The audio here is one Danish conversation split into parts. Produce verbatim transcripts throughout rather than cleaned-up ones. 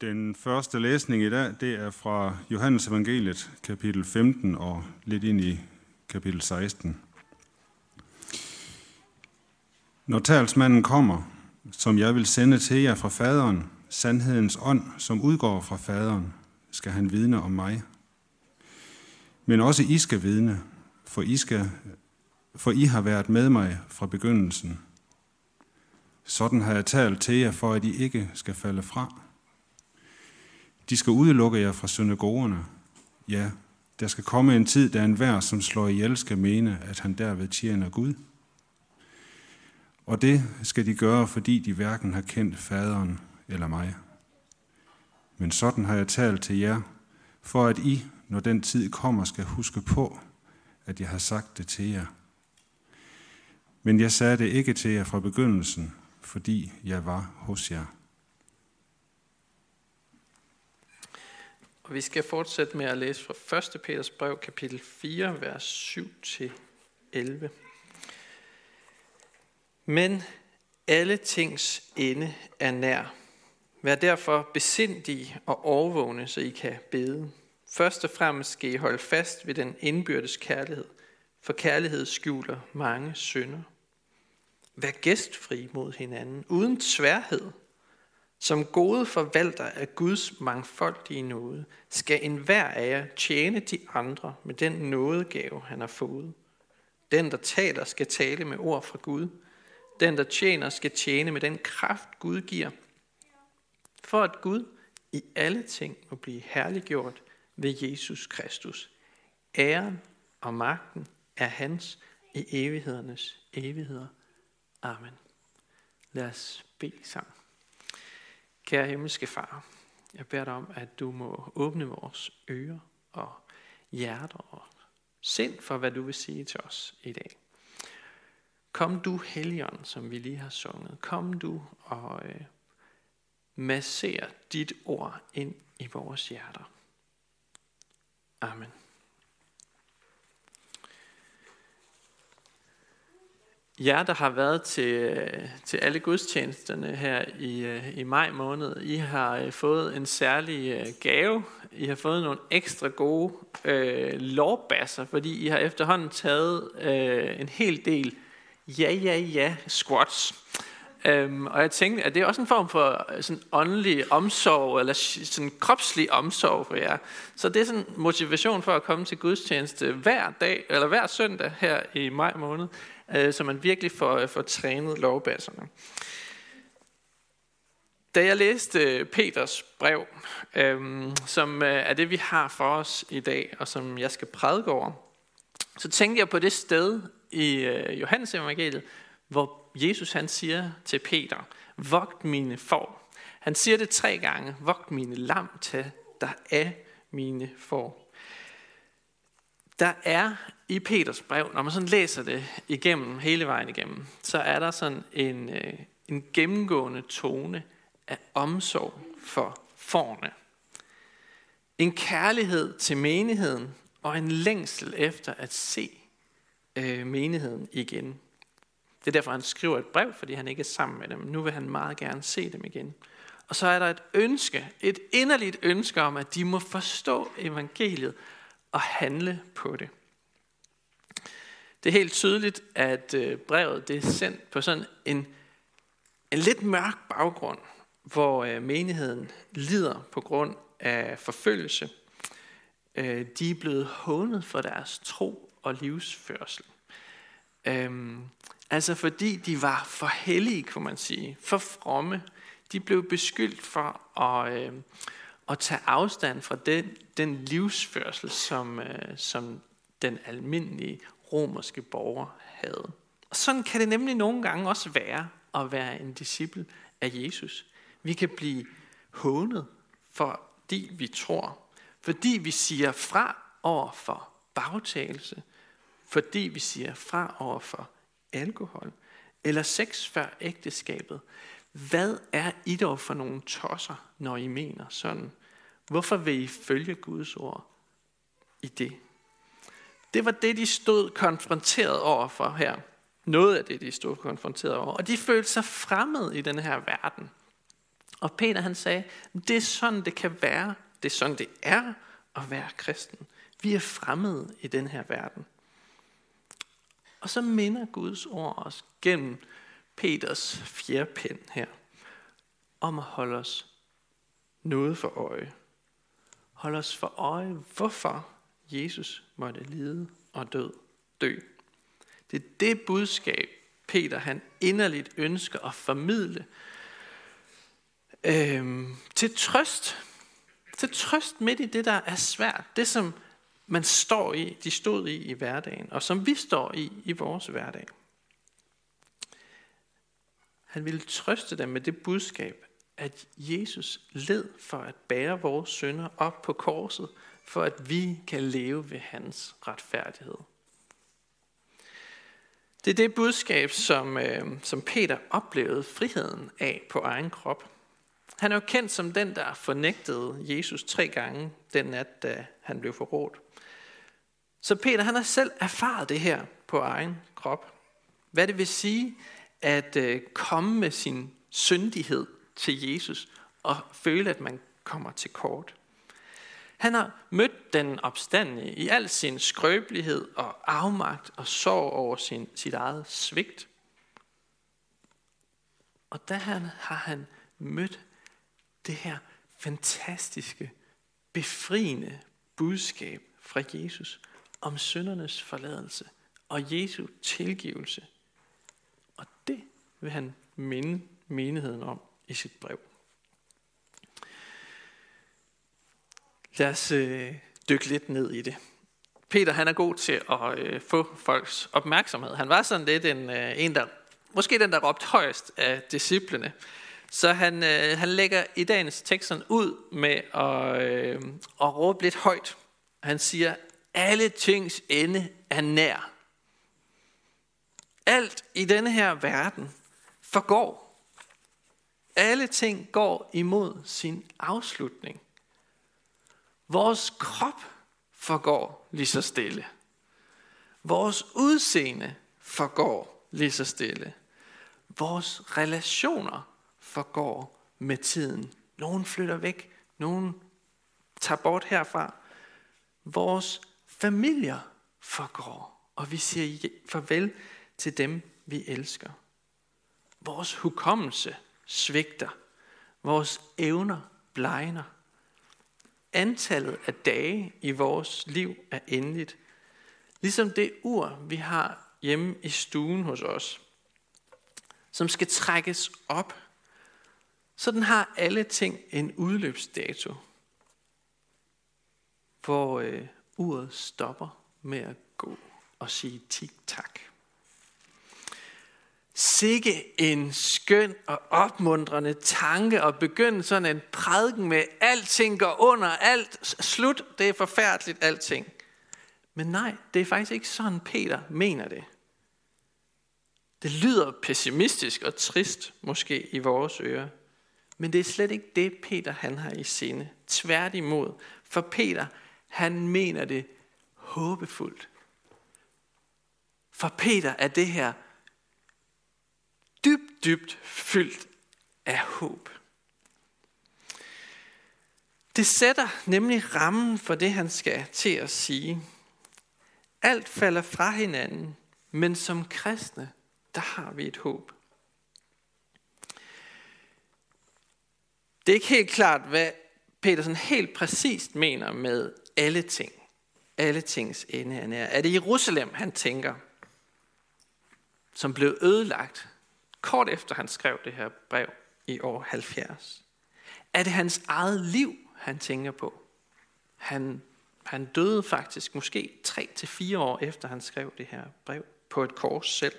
Den første læsning i dag, det er fra Johannes evangeliet, kapitel femten og lidt ind i kapitel seksten. Når talsmanden kommer, som jeg vil sende til jer fra faderen, sandhedens ånd, som udgår fra faderen, skal han vidne om mig. Men også I skal vidne, for I, skal, for I har været med mig fra begyndelsen. Sådan har jeg talt til jer, for at I ikke skal falde fra. De skal udelukke jer fra synagogerne. Ja, der skal komme en tid, da enhver, som slår ihjel, skal mene, at han derved tjener Gud. Og det skal de gøre, fordi de hverken har kendt faderen eller mig. Men sådan har jeg talt til jer, for at I, når den tid kommer, skal huske på, at jeg har sagt det til jer. Men jeg sagde det ikke til jer fra begyndelsen, fordi jeg var hos jer. Og vi skal fortsætte med at læse fra første Peters brev, kapitel fire, vers syv til elleve. Men alle tings ende er nær. Vær derfor besindige og overvågne, så I kan bede. Først og fremmest skal I holde fast ved den indbyrdes kærlighed, for kærlighed skjuler mange synder. Vær gæstfri mod hinanden, uden tværhed. Som gode forvalter af Guds mangfoldige nåde, skal enhver af jer tjene de andre med den nådegave, han har fået. Den, der taler, skal tale med ord fra Gud. Den, der tjener, skal tjene med den kraft, Gud giver. For at Gud i alle ting må blive herliggjort ved Jesus Kristus. Æren og magten er hans i evighedernes evigheder. Amen. Lad os bede sammen. Kære himmelske Far, jeg beder dig om, at du må åbne vores ører og hjerter og sind for, hvad du vil sige til os i dag. Kom du, Helligånd, som vi lige har sunget. Kom du og øh, masser dit ord ind i vores hjerter. Amen. Jer, der har været til, til alle gudstjenesterne her i, i maj måned, I har fået en særlig gave. I har fået nogle ekstra gode øh, lovbasser, fordi I har efterhånden taget øh, en hel del ja, ja, ja squats. Øhm, og jeg tænkte, at det er også en form for sådan åndelig omsorg, eller sådan kropslig omsorg for jer. Så det er sådan en motivation for at komme til gudstjeneste hver dag, eller hver søndag her i maj måned, øh, så man virkelig får, får trænet lovbasserne. Da jeg læste Peters brev, øh, som er det vi har for os i dag, og som jeg skal prædike over, så tænkte jeg på det sted i øh, Johannes evangeliet, hvor Jesus han siger til Peter, vogt mine får. Han siger det tre gange, vogt mine lam til, der er mine får. Der er i Peters brev, når man sådan læser det igennem, hele vejen igennem, så er der sådan en, en gennemgående tone af omsorg for fårene. En kærlighed til menigheden, og en længsel efter at se øh, menigheden igen. Det er derfor, han skriver et brev, fordi han ikke er sammen med dem. Nu vil han meget gerne se dem igen. Og så er der et ønske, et inderligt ønske om, at de må forstå evangeliet og handle på det. Det er helt tydeligt, at brevet det er sendt på sådan en, en lidt mørk baggrund, hvor menigheden lider på grund af forfølgelse. De er blevet hånet for deres tro og livsførsel. Øhm, altså fordi de var for hellige, kunne man sige, for fromme. De blev beskyldt for at, øh, at tage afstand fra den, den livsførsel, som, øh, som den almindelige romerske borger havde. Og sådan kan det nemlig nogle gange også være at være en disciple af Jesus. Vi kan blive hånet, fordi vi tror, fordi vi siger fra over for bagtagelse, fordi vi siger fra over for alkohol, eller sex før ægteskabet. Hvad er I dog for nogle tosser, når I mener sådan? Hvorfor vil I følge Guds ord i det? Det var det, de stod konfronteret over for her. Noget af det, de stod konfronteret over. Og de følte sig fremmede i den her verden. Og Peter han sagde, det er sådan det kan være, det er sådan det er at være kristen. Vi er fremmede i den her verden. Og så minder Guds ord os gennem Peters fjerpen her, om at holde os noget for øje. Hold os for øje, hvorfor Jesus måtte lide og død, dø. Det er det budskab, Peter han inderligt ønsker at formidle øhm, til trøst. Til trøst midt i det, der er svært. Det, som man står i, de stod i i hverdagen, og som vi står i i vores hverdag. Han ville trøste dem med det budskab, at Jesus led for at bære vores synder op på korset, for at vi kan leve ved hans retfærdighed. Det er det budskab, som, øh, som Peter oplevede friheden af på egen krop. Han er jo kendt som den, der fornægtede Jesus tre gange den nat, da han blev forrådt. Så Peter han har selv erfaret det her på egen krop. Hvad det vil sige at øh, komme med sin syndighed til Jesus og føle, at man kommer til kort. Han har mødt den opstandne i al sin skrøbelighed og afmagt og sorg over sin, sit eget svigt. Og der har han mødt det her fantastiske, befriende budskab fra Jesus om syndernes forladelse og Jesu tilgivelse. Og det vil han minde menigheden om i sit brev. Lad os øh, dykke lidt ned i det. Peter han er god til at øh, få folks opmærksomhed. Han var sådan lidt en, øh, en der, måske den, der råbte højst af disciplene. Så han, øh, han lægger i dagens tekst ud med at, øh, at råbe lidt højt. Han siger, alle tings ende er nær. Alt i denne her verden forgår. Alle ting går imod sin afslutning. Vores krop forgår lige så stille. Vores udseende forgår lige så stille. Vores relationer forgår med tiden. Nogen flytter væk, nogen tager bort herfra. Vores familier forgår, og vi siger farvel til dem, vi elsker. Vores hukommelse svigter. Vores evner blegner. Antallet af dage i vores liv er endeligt. Ligesom det ur, vi har hjemme i stuen hos os, som skal trækkes op. Sådan har alle ting en udløbsdato, hvor øh, uret stopper med at gå og sige tik-tak. Sikke en skøn og opmuntrende tanke at begynde sådan en prædiken med, alting går under, alt slut, det er forfærdeligt, alting. Men nej, det er faktisk ikke sådan, Peter mener det. Det lyder pessimistisk og trist måske i vores ører, men det er slet ikke det, Peter han har i sinde. Tværtimod, for Peter han mener det håbefuldt. For Peter er det her dybt, dybt fyldt af håb. Det sætter nemlig rammen for det, han skal til at sige. Alt falder fra hinanden, men som kristne, der har vi et håb. Det er ikke helt klart, hvad Petersen helt præcist mener med alle ting. Alle tings ende er nær. Er det Jerusalem, han tænker, som blev ødelagt kort efter han skrev det her brev i år halvfjerds? Er det hans eget liv, han tænker på? Han, han døde faktisk måske tre til fire år efter han skrev det her brev på et kors selv.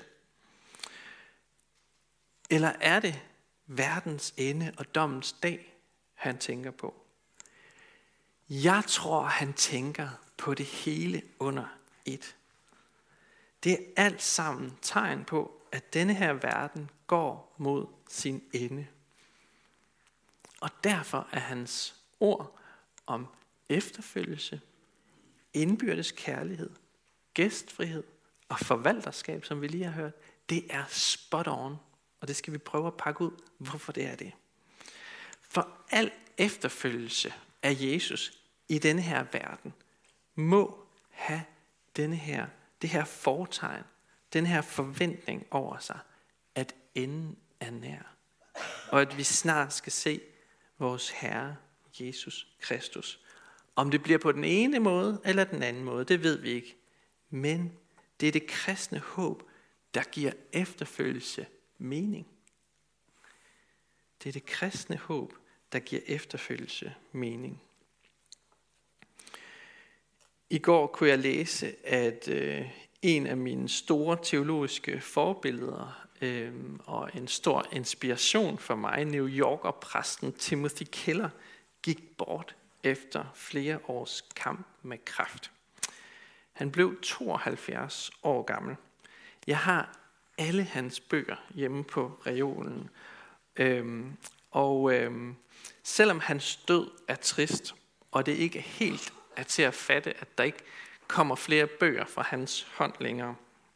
Eller er det verdens ende og dommens dag, han tænker på? Jeg tror, han tænker på det hele under et. Det er alt sammen tegn på, at denne her verden går mod sin ende. Og derfor er hans ord om efterfølgelse, indbyrdes kærlighed, gæstfrihed og forvalterskab, som vi lige har hørt, det er spot on. Og det skal vi prøve at pakke ud, hvorfor det er det. For al efterfølgelse af Jesus i denne her verden må have denne her, det her fortegn, den her forventning over sig, at enden er nær. Og at vi snart skal se vores Herre Jesus Kristus. Om det bliver på den ene måde eller den anden måde, det ved vi ikke. Men det er det kristne håb, der giver efterfølgelse mening. Det er det kristne håb, der giver efterfølgelse mening. I går kunne jeg læse, at øh, en af mine store teologiske forbilleder øh, og en stor inspiration for mig, New Yorker-præsten Timothy Keller, gik bort efter flere års kamp med kræft. Han blev tooghalvfjerds år gammel. Jeg har alle hans bøger hjemme på reolen. Øhm, og øhm, selvom hans død er trist, og det ikke helt er til at fatte, at der ikke kommer flere bøger fra hans hånd længere,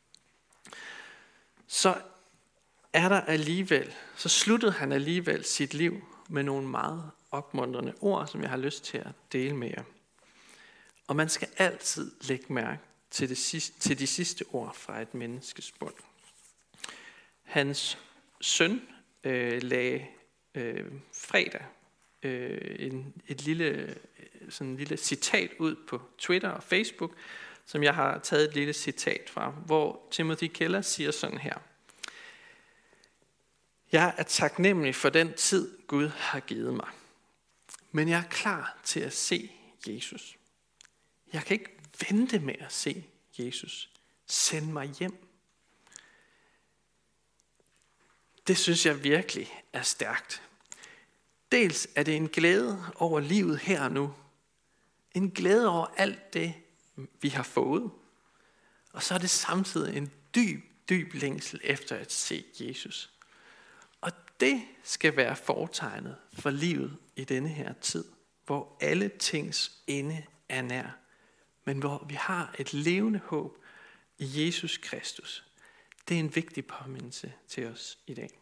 så er der alligevel, så sluttede han alligevel sit liv med nogle meget opmuntrende ord, som jeg har lyst til at dele med jer. Og man skal altid lægge mærke til, det sidste, til de sidste ord fra et menneskes mund. Hans søn øh, lagde øh, fredag øh, en, et lille, sådan en lille citat ud på Twitter og Facebook, som jeg har taget et lille citat fra, hvor Timothy Keller siger sådan her: Jeg er taknemmelig for den tid, Gud har givet mig. Men jeg er klar til at se Jesus. Jeg kan ikke vente med at se Jesus. Send mig hjem. Det synes jeg virkelig er stærkt. Dels er det en glæde over livet her og nu. En glæde over alt det, vi har fået. Og så er det samtidig en dyb, dyb længsel efter at se Jesus. Og det skal være fortegnet for livet i denne her tid, hvor alle tings ende er nær, men hvor vi har et levende håb i Jesus Kristus. Det er en vigtig påmindelse til os i dag.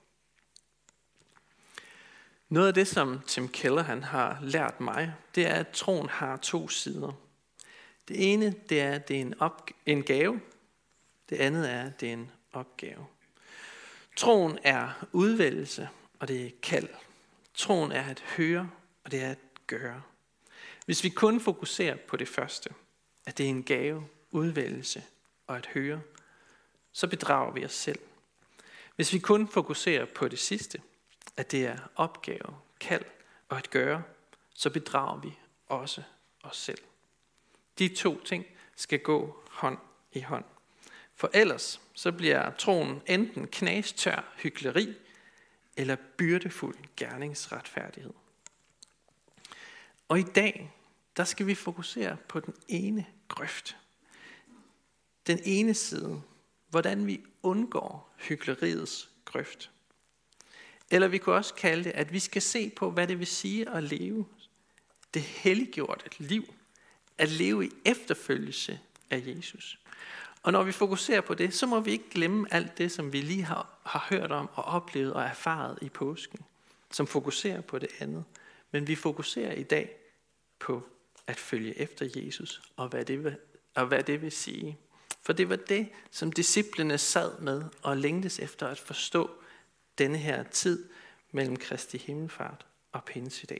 Noget af det, som Tim Keller han har lært mig, det er, at troen har to sider. Det ene, det er, at det er en, op- en gave. Det andet er, at det er en opgave. Troen er udvælgelse, og det er kald. Troen er at høre, og det er at gøre. Hvis vi kun fokuserer på det første, at det er en gave, udvælgelse og at høre, så bedrager vi os selv. Hvis vi kun fokuserer på det sidste, at det er opgave, kald og at gøre, så bedrager vi også os selv. De to ting skal gå hånd i hånd. For ellers så bliver troen enten knastør hykleri eller byrdefuld gerningsretfærdighed. Og i dag, der skal vi fokusere på den ene grøft. Den ene side, hvordan vi undgår hykleriets grøft. Eller vi kunne også kalde det, at vi skal se på, hvad det vil sige at leve det helliggjorte liv. At leve i efterfølgelse af Jesus. Og når vi fokuserer på det, så må vi ikke glemme alt det, som vi lige har, har hørt om og oplevet og erfaret i påsken, som fokuserer på det andet. Men vi fokuserer i dag på at følge efter Jesus og hvad det vil, og hvad det vil sige. For det var det, som disciplene sad med og længtes efter at forstå denne her tid mellem Kristi himmelfart og pinsedag.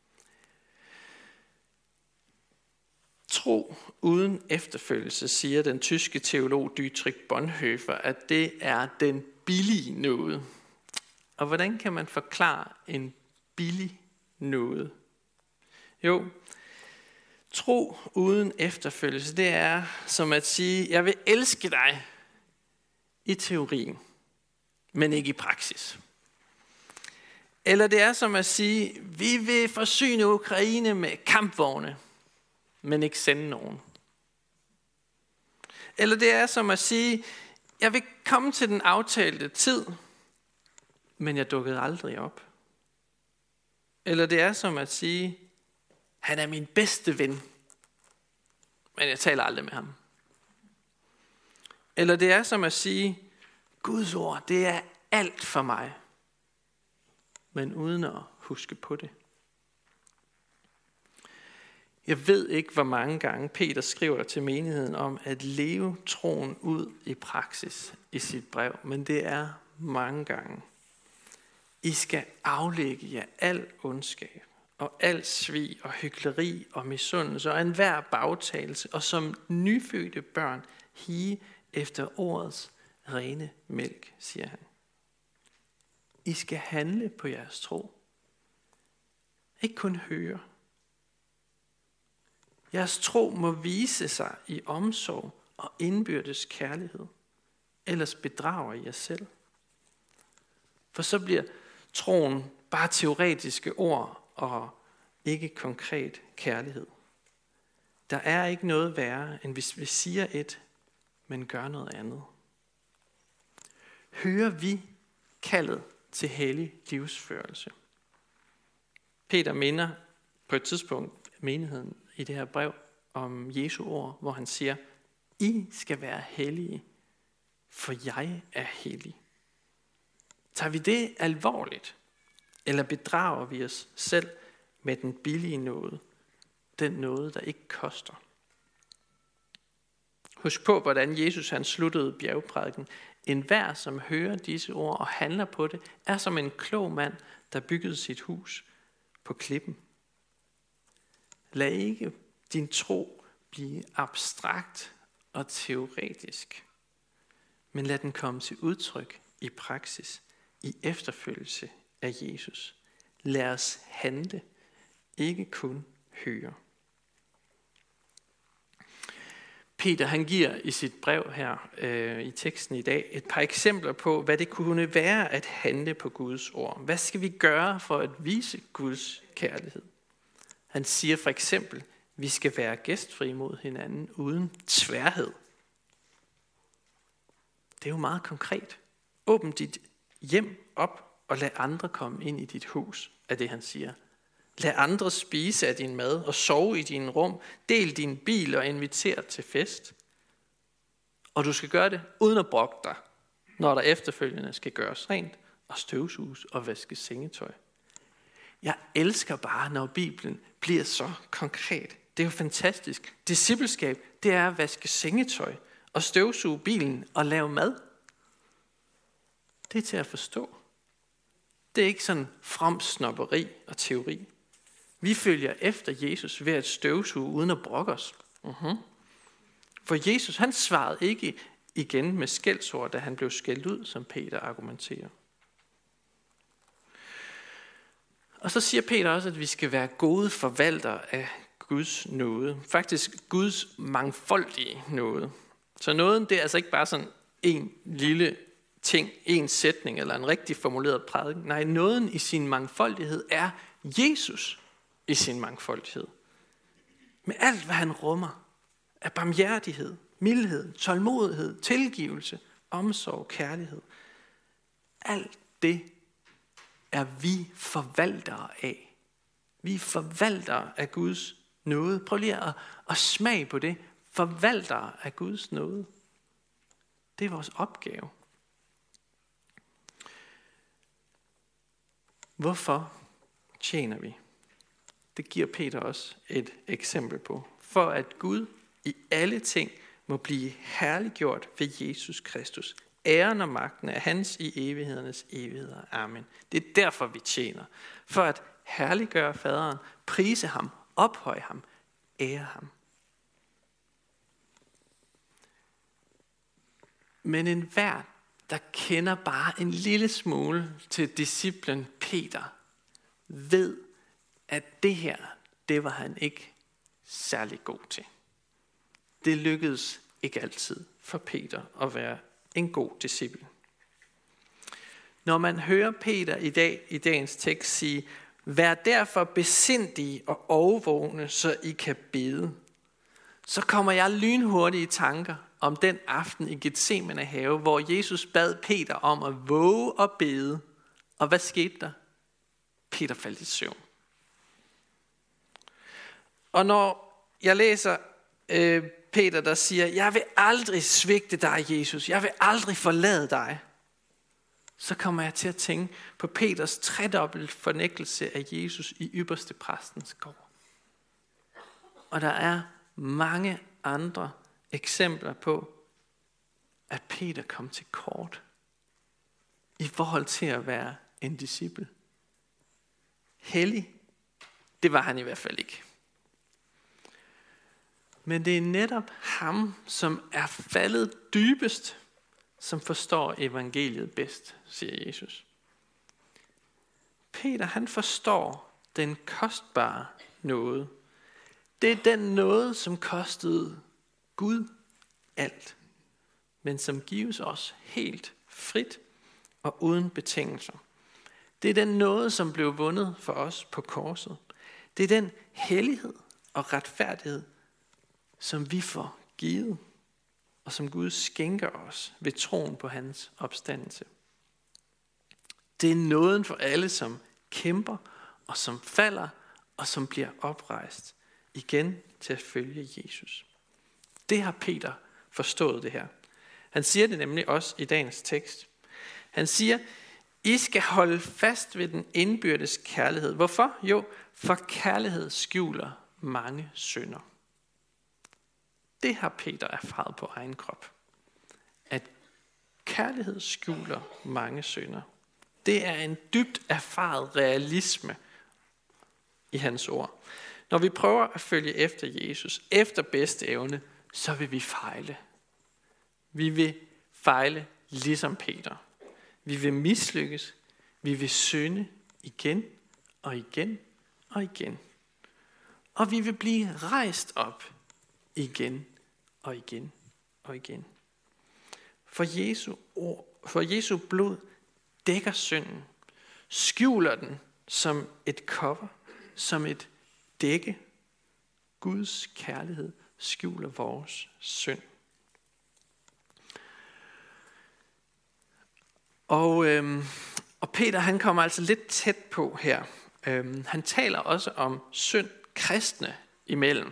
Tro uden efterfølgelse, siger den tyske teolog Dietrich Bonhoeffer, at det er den billige nåde. Og hvordan kan man forklare en billig nåde? Jo, tro uden efterfølgelse, det er som at sige, jeg vil elske dig i teorien, men ikke i praksis. Eller det er som at sige, vi vil forsyne Ukraine med kampvogne, men ikke sende nogen. Eller det er som at sige, jeg vil komme til den aftalte tid, men jeg dukkede aldrig op. Eller det er som at sige, han er min bedste ven, men jeg taler aldrig med ham. Eller det er som at sige, Guds ord, det er alt for mig, men uden at huske på det. Jeg ved ikke, hvor mange gange Peter skriver til menigheden om at leve troen ud i praksis i sit brev, men det er mange gange. I skal aflægge jer al ondskab og al svig og hykleri og misundelse og enhver bagtagelse, og som nyfødte børn hige efter ordets rene mælk, siger han. I skal handle på jeres tro. Ikke kun høre. Jeres tro må vise sig i omsorg og indbyrdes kærlighed. Ellers bedrager I jer selv. For så bliver troen bare teoretiske ord og ikke konkret kærlighed. Der er ikke noget værre, end hvis vi siger et, men gør noget andet. Hører vi kaldet til hellig livsførelse? Peter minder på et tidspunkt menigheden i det her brev om Jesu ord, hvor han siger, I skal være hellige, for jeg er hellig. Tager vi det alvorligt, eller bedrager vi os selv med den billige nåde, den nåde, der ikke koster? Husk på, hvordan Jesus han sluttede bjergprædiken. Enhver, som hører disse ord og handler på det, er som en klog mand, der byggede sit hus på klippen. Lad ikke din tro blive abstrakt og teoretisk, men lad den komme til udtryk i praksis, i efterfølgelse af Jesus. Lad os handle, ikke kun høre. Peter han giver i sit brev her øh, i teksten i dag et par eksempler på, hvad det kunne være at handle på Guds ord. Hvad skal vi gøre for at vise Guds kærlighed? Han siger for eksempel, vi skal være gæstfri mod hinanden uden tværhed. Det er jo meget konkret. Åbn dit hjem op og lad andre komme ind i dit hus, er det han siger. Lad andre spise af din mad og sove i din rum. Del din bil og inviter til fest. Og du skal gøre det uden at brokke dig, når der efterfølgende skal gøres rent og støvsuges og vaskes sengetøj. Jeg elsker bare, når Bibelen bliver så konkret. Det er jo fantastisk. Discipleskab, det er at vaske sengetøj og støvsuge bilen og lave mad. Det er til at forstå. Det er ikke sådan from snobberi og teori. Vi følger efter Jesus ved at støvsuge uden at brokke os. Uh-huh. For Jesus, han svarede ikke igen med skældsord, da han blev skældt ud, som Peter argumenterer. Og så siger Peter også, at vi skal være gode forvaltere af Guds nåde. Faktisk Guds mangfoldige nåde. Så nåden, det er altså ikke bare sådan en lille ting, en sætning eller en rigtig formuleret prædiken. Nej, nåden i sin mangfoldighed er Jesus i sin mangfoldighed. Med alt, hvad han rummer af barmhjertighed, mildhed, tålmodighed, tilgivelse, omsorg, kærlighed. Alt det er vi forvaltere af. Vi er forvaltere af Guds nåde. Prøv lige at, at smage på det. Forvaltere af Guds nåde. Det er vores opgave. Hvorfor tjener vi? Det giver Peter også et eksempel på. For at Gud i alle ting må blive herliggjort ved Jesus Kristus. Æren og magten er hans i evighedernes evigheder. Amen. Det er derfor, vi tjener. For at herliggøre faderen, prise ham, ophøje ham, ære ham. Men enhver, der kender bare en lille smule til disciplen Peter, ved, at det her, det var han ikke særlig god til. Det lykkedes ikke altid for Peter at være en god disciple. Når man hører Peter i dag i dagens tekst sige, vær derfor besindige og overvågne, så I kan bede, så kommer jeg lynhurtigt i tanker om den aften i Getsemane have, hvor Jesus bad Peter om at våge og bede. Og hvad skete der? Peter faldt i søvn. Og når jeg læser øh, Peter, der siger, jeg vil aldrig svigte dig, Jesus. Jeg vil aldrig forlade dig. Så kommer jeg til at tænke på Peters tredobbelt fornægtelse af Jesus i ypperste præstens gård. Og der er mange andre eksempler på, at Peter kom til kort i forhold til at være en disciple. Hellig, det var han i hvert fald ikke. Men det er netop ham, som er faldet dybest, som forstår evangeliet bedst, siger Jesus. Peter, han forstår den kostbare nåde. Det er den nåde, som kostede Gud alt, men som gives os helt frit og uden betingelser. Det er den nåde, som blev vundet for os på korset. Det er den hellighed og retfærdighed, som vi får givet, og som Gud skænker os ved troen på hans opstandelse. Det er nåden for alle, som kæmper, og som falder, og som bliver oprejst igen til at følge Jesus. Det har Peter forstået det her. Han siger det nemlig også i dagens tekst. Han siger, I skal holde fast ved den indbyrdes kærlighed. Hvorfor? Jo, for kærlighed skjuler mange synder. Det har Peter erfaret på egen krop. At kærlighed skjuler mange synder. Det er en dybt erfaret realisme i hans ord. Når vi prøver at følge efter Jesus, efter bedste evne, så vil vi fejle. Vi vil fejle ligesom Peter. Vi vil mislykkes. Vi vil synde igen og igen og igen. Og vi vil blive rejst op igen og igen og igen. For Jesu ord, for Jesu blod dækker synden, skjuler den som et cover, som et dække. Guds kærlighed skjuler vores synd. Og, øhm, og Peter, han kommer altså lidt tæt på her. Øhm, han taler også om synd kristne imellem.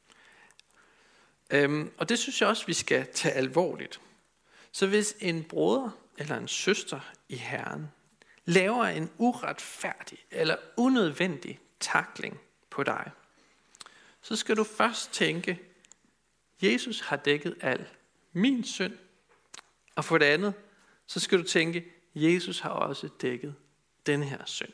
Øhm, og det synes jeg også, vi skal tage alvorligt. Så hvis en broder eller en søster i Herren laver en uretfærdig eller unødvendig tackling på dig, så skal du først tænke, Jesus har dækket al min synd. Og for det andet, så skal du tænke, Jesus har også dækket denne her synd.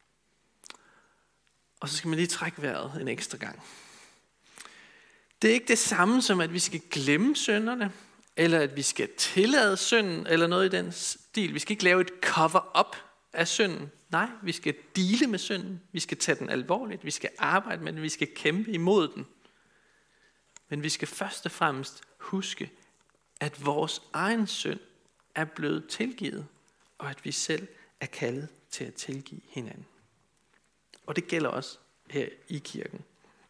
Og så skal man lige trække vejret en ekstra gang. Det er ikke det samme som, at vi skal glemme synderne, eller at vi skal tillade synden, eller noget i den stil. Vi skal ikke lave et cover-up af synden. Nej, vi skal deale med synden. Vi skal tage den alvorligt. Vi skal arbejde med den. Vi skal kæmpe imod den. Men vi skal først og fremmest huske, at vores egen synd er blevet tilgivet, og at vi selv er kaldet til at tilgive hinanden. Og det gælder også her i kirken.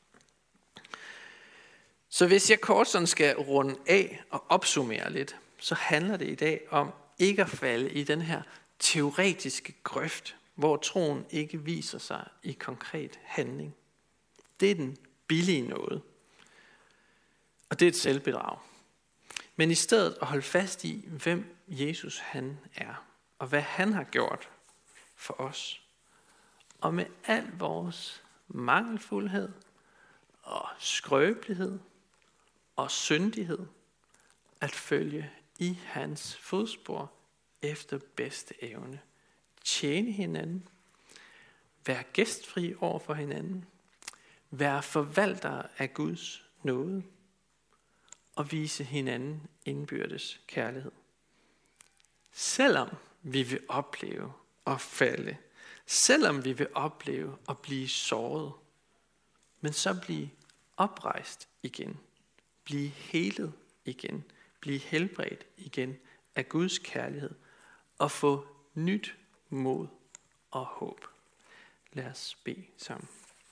Så hvis jeg kort sådan skal runde af og opsummere lidt, så handler det i dag om ikke at falde i den her teoretiske grøft, hvor troen ikke viser sig i konkret handling. Det er den billige nåde. Og det er et selvbedrag. Men i stedet at holde fast i, hvem Jesus han er, og hvad han har gjort for os. Og med al vores mangelfuldhed og skrøbelighed og syndighed, at følge i hans fodspor efter bedste evne. Tjene hinanden, være gæstfri over for hinanden, være forvaltere af Guds nåde, og vise hinanden indbyrdes kærlighed. Selvom vi vil opleve at falde, selvom vi vil opleve at blive såret, men så blive oprejst igen, blive helet igen, blive helbredt igen af Guds kærlighed, og få nyt mod og håb. Lad os bede sammen.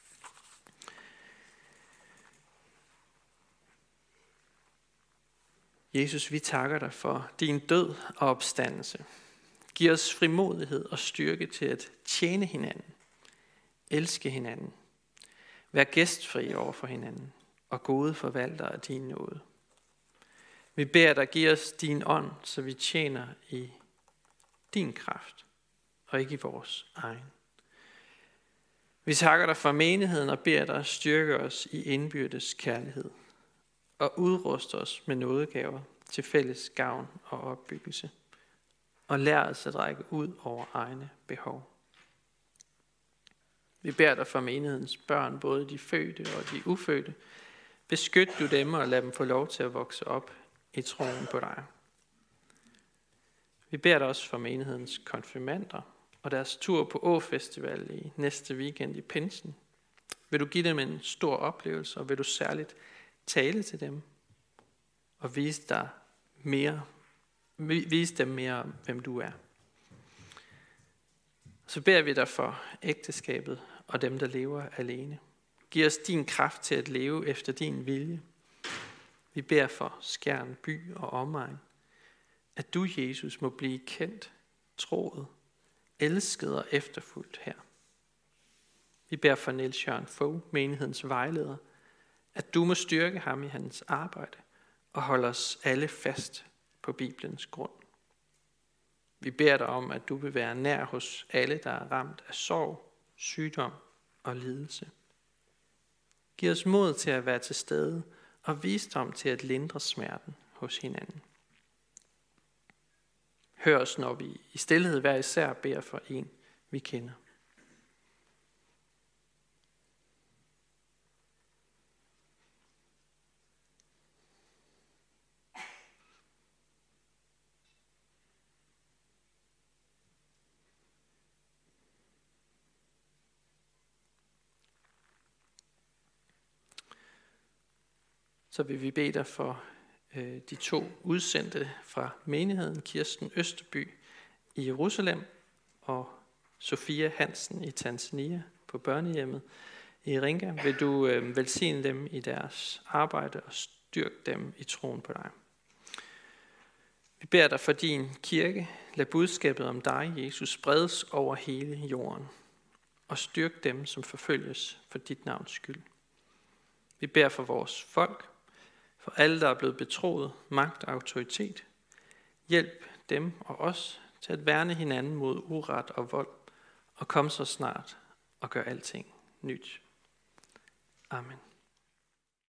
Jesus, vi takker dig for din død og opstandelse. Giv os frimodighed og styrke til at tjene hinanden, elske hinanden, være gæstfri over for hinanden og gode forvaltere af din nåde. Vi beder dig, giv os din ånd, så vi tjener i din kraft og ikke i vores egen. Vi takker dig for menigheden og beder dig styrke os i indbyrdes kærlighed og udruste os med nådegaver til fælles gavn og opbyggelse, og lær os at række ud over egne behov. Vi beder dig for menighedens børn, både de fødte og de ufødte. Beskyt du dem og lad dem få lov til at vokse op i troen på dig. Vi beder dig også for menighedens konfirmander og deres tur på Å-festival i næste weekend i Pinsen. Vil du give dem en stor oplevelse, og vil du særligt tale til dem og vise dig mere, vise dem mere om, hvem du er. Så beder vi dig for ægteskabet og dem, der lever alene. Giv os din kraft til at leve efter din vilje. Vi beder for Skjern by og omegn, at du, Jesus, må blive kendt, troet, elsket og efterfulgt her. Vi beder for Niels Jørgen Fogh, menighedens vejleder, at du må styrke ham i hans arbejde og holde os alle fast på Bibelens grund. Vi beder dig om, at du vil være nær hos alle, der er ramt af sorg, sygdom og lidelse. Giv os mod til at være til stede og visdom til at lindre smerten hos hinanden. Hør os, når vi i stilhed hver især beder for en, vi kender. Så vil vi bede dig for øh, de to udsendte fra menigheden, Kirsten Østerby i Jerusalem og Sofia Hansen i Tanzania på børnehjemmet i Ringa. Vil du øh, velsigne dem i deres arbejde og styrke dem i troen på dig. Vi beder dig for din kirke. Lad budskabet om dig, Jesus, spredes over hele jorden og styrk dem, som forfølges for dit navns skyld. Vi beder for vores folk, for alle, der er blevet betroet magt og autoritet. Hjælp dem og os til at værne hinanden mod uret og vold, og kom så snart og gør alting nyt. Amen.